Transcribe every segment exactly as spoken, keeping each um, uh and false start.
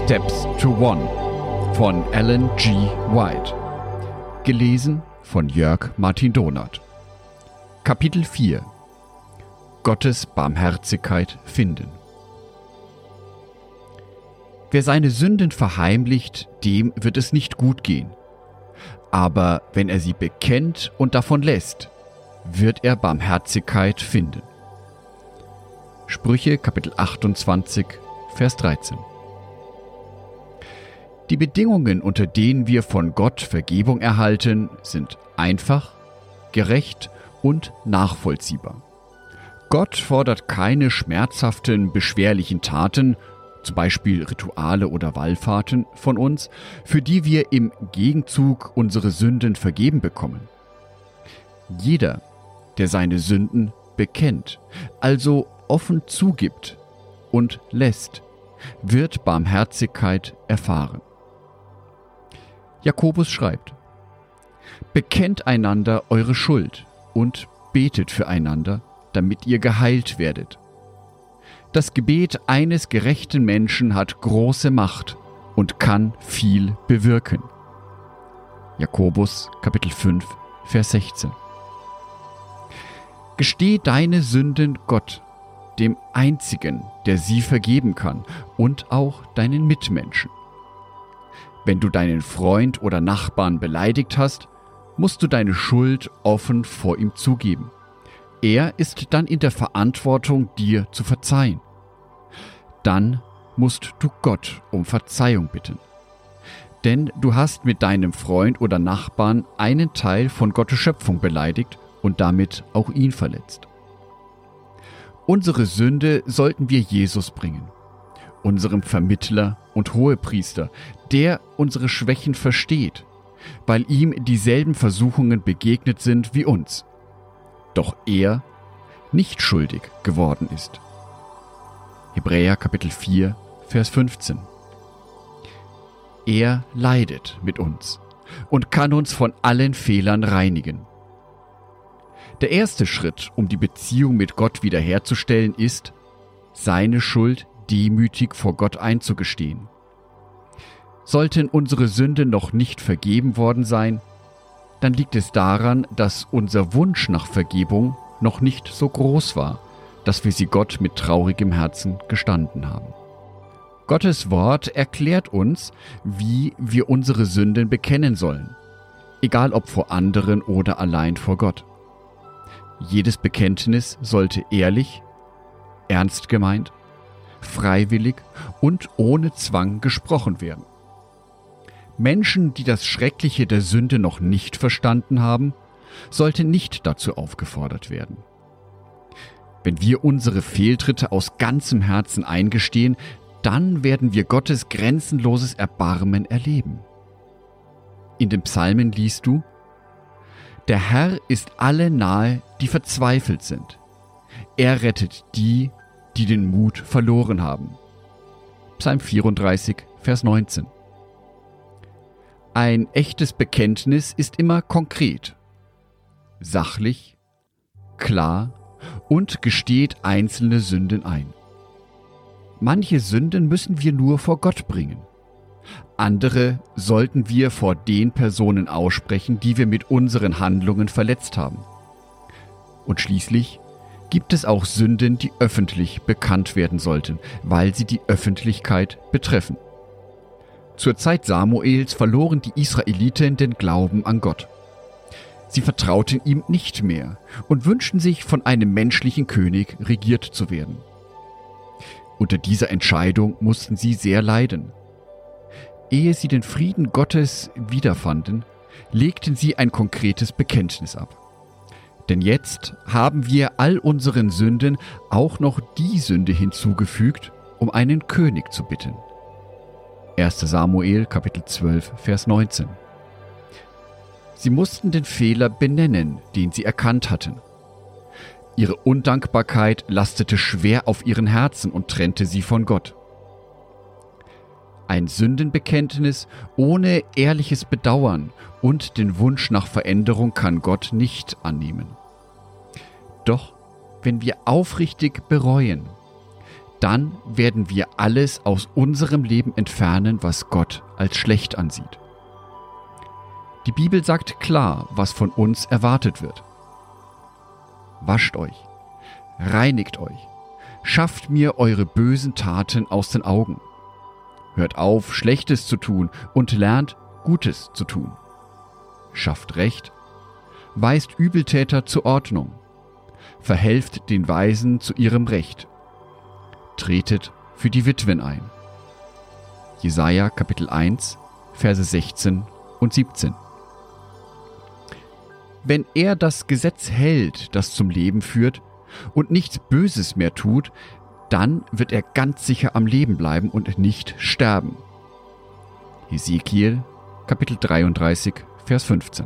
Steps to One von Ellen G. White. Gelesen von Jörg Martin Donath. Kapitel vier. Gottes Barmherzigkeit finden. Wer seine Sünden verheimlicht, dem wird es nicht gut gehen. Aber wenn er sie bekennt und davon lässt, wird er Barmherzigkeit finden. Sprüche Kapitel achtundzwanzig, Vers dreizehn. Die Bedingungen, unter denen wir von Gott Vergebung erhalten, sind einfach, gerecht und nachvollziehbar. Gott fordert keine schmerzhaften, beschwerlichen Taten, zum Beispiel Rituale oder Wallfahrten, von uns, für die wir im Gegenzug unsere Sünden vergeben bekommen. Jeder, der seine Sünden bekennt, also offen zugibt und lässt, wird Barmherzigkeit erfahren. Jakobus schreibt: Bekennt einander eure Schuld und betet füreinander, damit ihr geheilt werdet. Das Gebet eines gerechten Menschen hat große Macht und kann viel bewirken. Jakobus Kapitel fünf, Vers sechzehn. Gesteh deine Sünden Gott, dem Einzigen, der sie vergeben kann, und auch deinen Mitmenschen. Wenn du deinen Freund oder Nachbarn beleidigt hast, musst du deine Schuld offen vor ihm zugeben. Er ist dann in der Verantwortung, dir zu verzeihen. Dann musst du Gott um Verzeihung bitten. Denn du hast mit deinem Freund oder Nachbarn einen Teil von Gottes Schöpfung beleidigt und damit auch ihn verletzt. Unsere Sünde sollten wir Jesus bringen, unserem Vermittler und Hohepriester, der unsere Schwächen versteht, weil ihm dieselben Versuchungen begegnet sind wie uns. Doch er nicht schuldig geworden ist. Hebräer Kapitel vier, Vers fünfzehn. Er leidet mit uns und kann uns von allen Fehlern reinigen. Der erste Schritt, um die Beziehung mit Gott wiederherzustellen, ist, seine Schuld demütig vor Gott einzugestehen. Sollten unsere Sünden noch nicht vergeben worden sein, dann liegt es daran, dass unser Wunsch nach Vergebung noch nicht so groß war, dass wir sie Gott mit traurigem Herzen gestanden haben. Gottes Wort erklärt uns, wie wir unsere Sünden bekennen sollen, egal ob vor anderen oder allein vor Gott. Jedes Bekenntnis sollte ehrlich, ernst gemeint, freiwillig und ohne Zwang gesprochen werden. Menschen, die das Schreckliche der Sünde noch nicht verstanden haben, sollten nicht dazu aufgefordert werden. Wenn wir unsere Fehltritte aus ganzem Herzen eingestehen, dann werden wir Gottes grenzenloses Erbarmen erleben. In den Psalmen liest du: Der Herr ist alle nahe, die verzweifelt sind. Er rettet die, die den Mut verloren haben. Psalm vierunddreißig, Vers neunzehn. Ein echtes Bekenntnis ist immer konkret, sachlich, klar und gesteht einzelne Sünden ein. Manche Sünden müssen wir nur vor Gott bringen. Andere sollten wir vor den Personen aussprechen, die wir mit unseren Handlungen verletzt haben. Und schließlich gibt es auch Sünden, die öffentlich bekannt werden sollten, weil sie die Öffentlichkeit betreffen. Zur Zeit Samuels verloren die Israeliten den Glauben an Gott. Sie vertrauten ihm nicht mehr und wünschten sich, von einem menschlichen König regiert zu werden. Unter dieser Entscheidung mussten sie sehr leiden. Ehe sie den Frieden Gottes wiederfanden, legten sie ein konkretes Bekenntnis ab. Denn jetzt haben wir all unseren Sünden auch noch die Sünde hinzugefügt, um einen König zu bitten. erster Samuel, Kapitel zwölf, Vers neunzehn. Sie mussten den Fehler benennen, den sie erkannt hatten. Ihre Undankbarkeit lastete schwer auf ihren Herzen und trennte sie von Gott. Ein Sündenbekenntnis ohne ehrliches Bedauern und den Wunsch nach Veränderung kann Gott nicht annehmen. Doch wenn wir aufrichtig bereuen, dann werden wir alles aus unserem Leben entfernen, was Gott als schlecht ansieht. Die Bibel sagt klar, was von uns erwartet wird. Wascht euch, reinigt euch, schafft mir eure bösen Taten aus den Augen. Hört auf, Schlechtes zu tun und lernt, Gutes zu tun. Schafft Recht, weist Übeltäter zur Ordnung, verhelft den Weisen zu ihrem Recht, tretet für die Witwen ein. Jesaja Kapitel eins, Verse sechzehn und siebzehn. Wenn er das Gesetz hält, das zum Leben führt, und nichts Böses mehr tut, dann wird er ganz sicher am Leben bleiben und nicht sterben. Hesekiel Kapitel dreiunddreißig, Vers fünfzehn.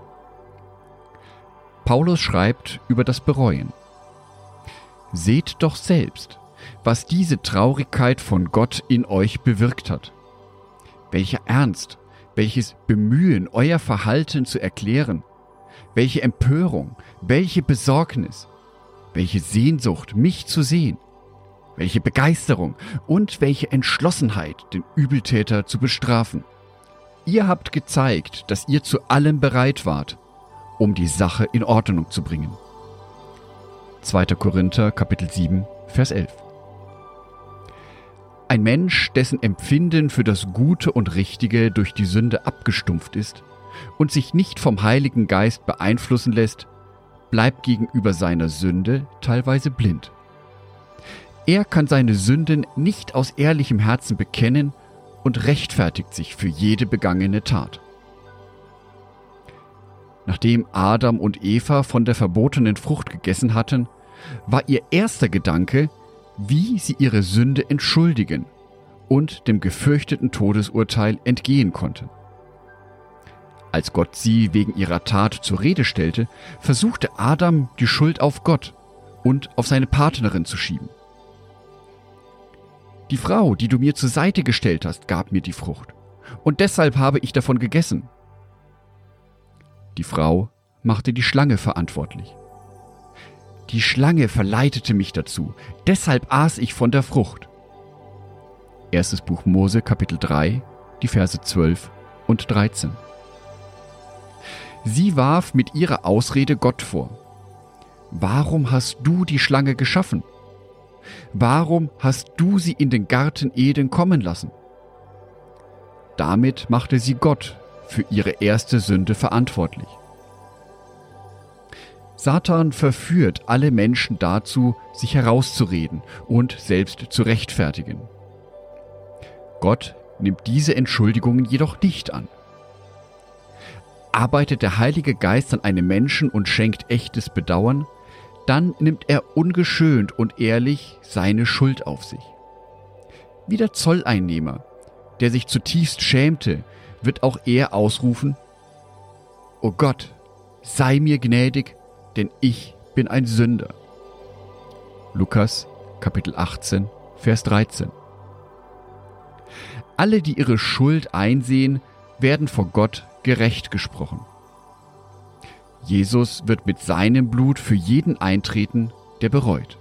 Paulus schreibt über das Bereuen. Seht doch selbst, was diese Traurigkeit von Gott in euch bewirkt hat. Welcher Ernst, welches Bemühen, euer Verhalten zu erklären, welche Empörung, welche Besorgnis, welche Sehnsucht, mich zu sehen, welche Begeisterung und welche Entschlossenheit, den Übeltäter zu bestrafen. Ihr habt gezeigt, dass ihr zu allem bereit wart, um die Sache in Ordnung zu bringen. zweiter Korinther Kapitel sieben, Vers elf. Ein Mensch, dessen Empfinden für das Gute und Richtige durch die Sünde abgestumpft ist und sich nicht vom Heiligen Geist beeinflussen lässt, bleibt gegenüber seiner Sünde teilweise blind. Er kann seine Sünden nicht aus ehrlichem Herzen bekennen und rechtfertigt sich für jede begangene Tat. Nachdem Adam und Eva von der verbotenen Frucht gegessen hatten, war ihr erster Gedanke, wie sie ihre Sünde entschuldigen und dem gefürchteten Todesurteil entgehen konnten. Als Gott sie wegen ihrer Tat zur Rede stellte, versuchte Adam, die Schuld auf Gott und auf seine Partnerin zu schieben. Die Frau, die du mir zur Seite gestellt hast, gab mir die Frucht, und deshalb habe ich davon gegessen. Die Frau machte die Schlange verantwortlich. Die Schlange verleitete mich dazu, deshalb aß ich von der Frucht. Erstes Buch Mose, Kapitel drei, die Verse zwölf und dreizehn. Sie warf mit ihrer Ausrede Gott vor. Warum hast du die Schlange geschaffen? Warum hast du sie in den Garten Eden kommen lassen? Damit machte sie Gott für ihre erste Sünde verantwortlich. Satan verführt alle Menschen dazu, sich herauszureden und selbst zu rechtfertigen. Gott nimmt diese Entschuldigungen jedoch nicht an. Arbeitet der Heilige Geist an einem Menschen und schenkt echtes Bedauern, dann nimmt er ungeschönt und ehrlich seine Schuld auf sich. Wie der Zolleinnehmer, der sich zutiefst schämte, wird auch er ausrufen: O Gott, sei mir gnädig, denn ich bin ein Sünder. Lukas Kapitel achtzehn, Vers dreizehn. Alle, die ihre Schuld einsehen, werden vor Gott gerecht gesprochen. Jesus wird mit seinem Blut für jeden eintreten, der bereut.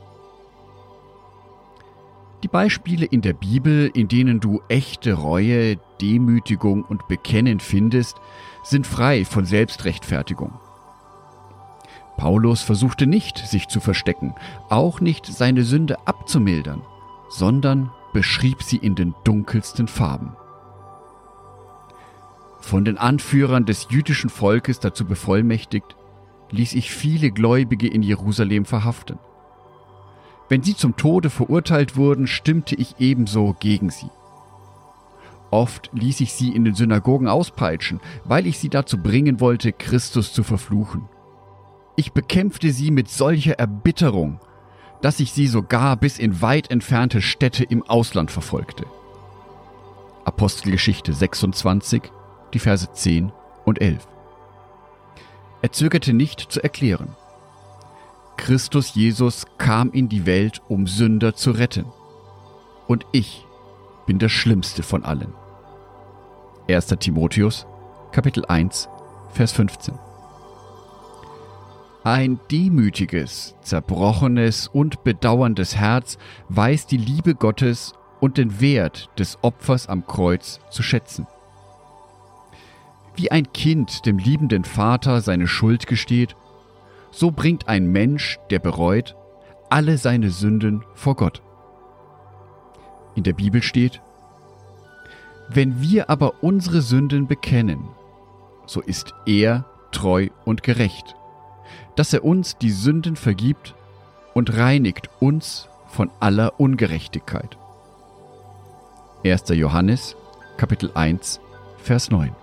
Die Beispiele in der Bibel, in denen du echte Reue, Demütigung und Bekennen findest, sind frei von Selbstrechtfertigung. Paulus versuchte nicht, sich zu verstecken, auch nicht seine Sünde abzumildern, sondern beschrieb sie in den dunkelsten Farben. Von den Anführern des jüdischen Volkes dazu bevollmächtigt, ließ ich viele Gläubige in Jerusalem verhaften. Wenn sie zum Tode verurteilt wurden, stimmte ich ebenso gegen sie. Oft ließ ich sie in den Synagogen auspeitschen, weil ich sie dazu bringen wollte, Christus zu verfluchen. Ich bekämpfte sie mit solcher Erbitterung, dass ich sie sogar bis in weit entfernte Städte im Ausland verfolgte. Apostelgeschichte sechsundzwanzig, die Verse zehn und elf. Er zögerte nicht zu erklären: Christus Jesus kam in die Welt, um Sünder zu retten. Und ich bin der Schlimmste von allen. erster Timotheus, Kapitel eins, Vers fünfzehn. Ein demütiges, zerbrochenes und bedauerndes Herz weiß die Liebe Gottes und den Wert des Opfers am Kreuz zu schätzen. Wie ein Kind dem liebenden Vater seine Schuld gesteht, so bringt ein Mensch, der bereut, alle seine Sünden vor Gott. In der Bibel steht: Wenn wir aber unsere Sünden bekennen, so ist er treu und gerecht, dass er uns die Sünden vergibt und reinigt uns von aller Ungerechtigkeit. erster Johannes, Kapitel eins, Vers neun.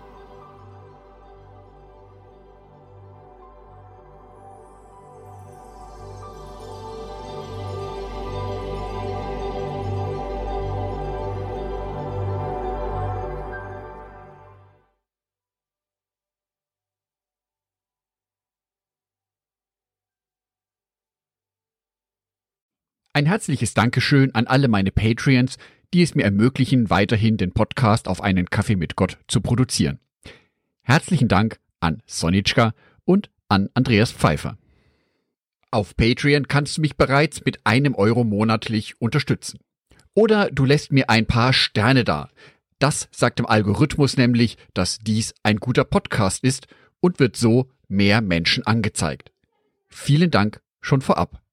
Ein herzliches Dankeschön an alle meine Patreons, die es mir ermöglichen, weiterhin den Podcast auf einen Kaffee mit Gott zu produzieren. Herzlichen Dank an Sonitschka und an Andreas Pfeiffer. Auf Patreon kannst du mich bereits mit einem Euro monatlich unterstützen. Oder du lässt mir ein paar Sterne da. Das sagt dem Algorithmus nämlich, dass dies ein guter Podcast ist und wird so mehr Menschen angezeigt. Vielen Dank schon vorab.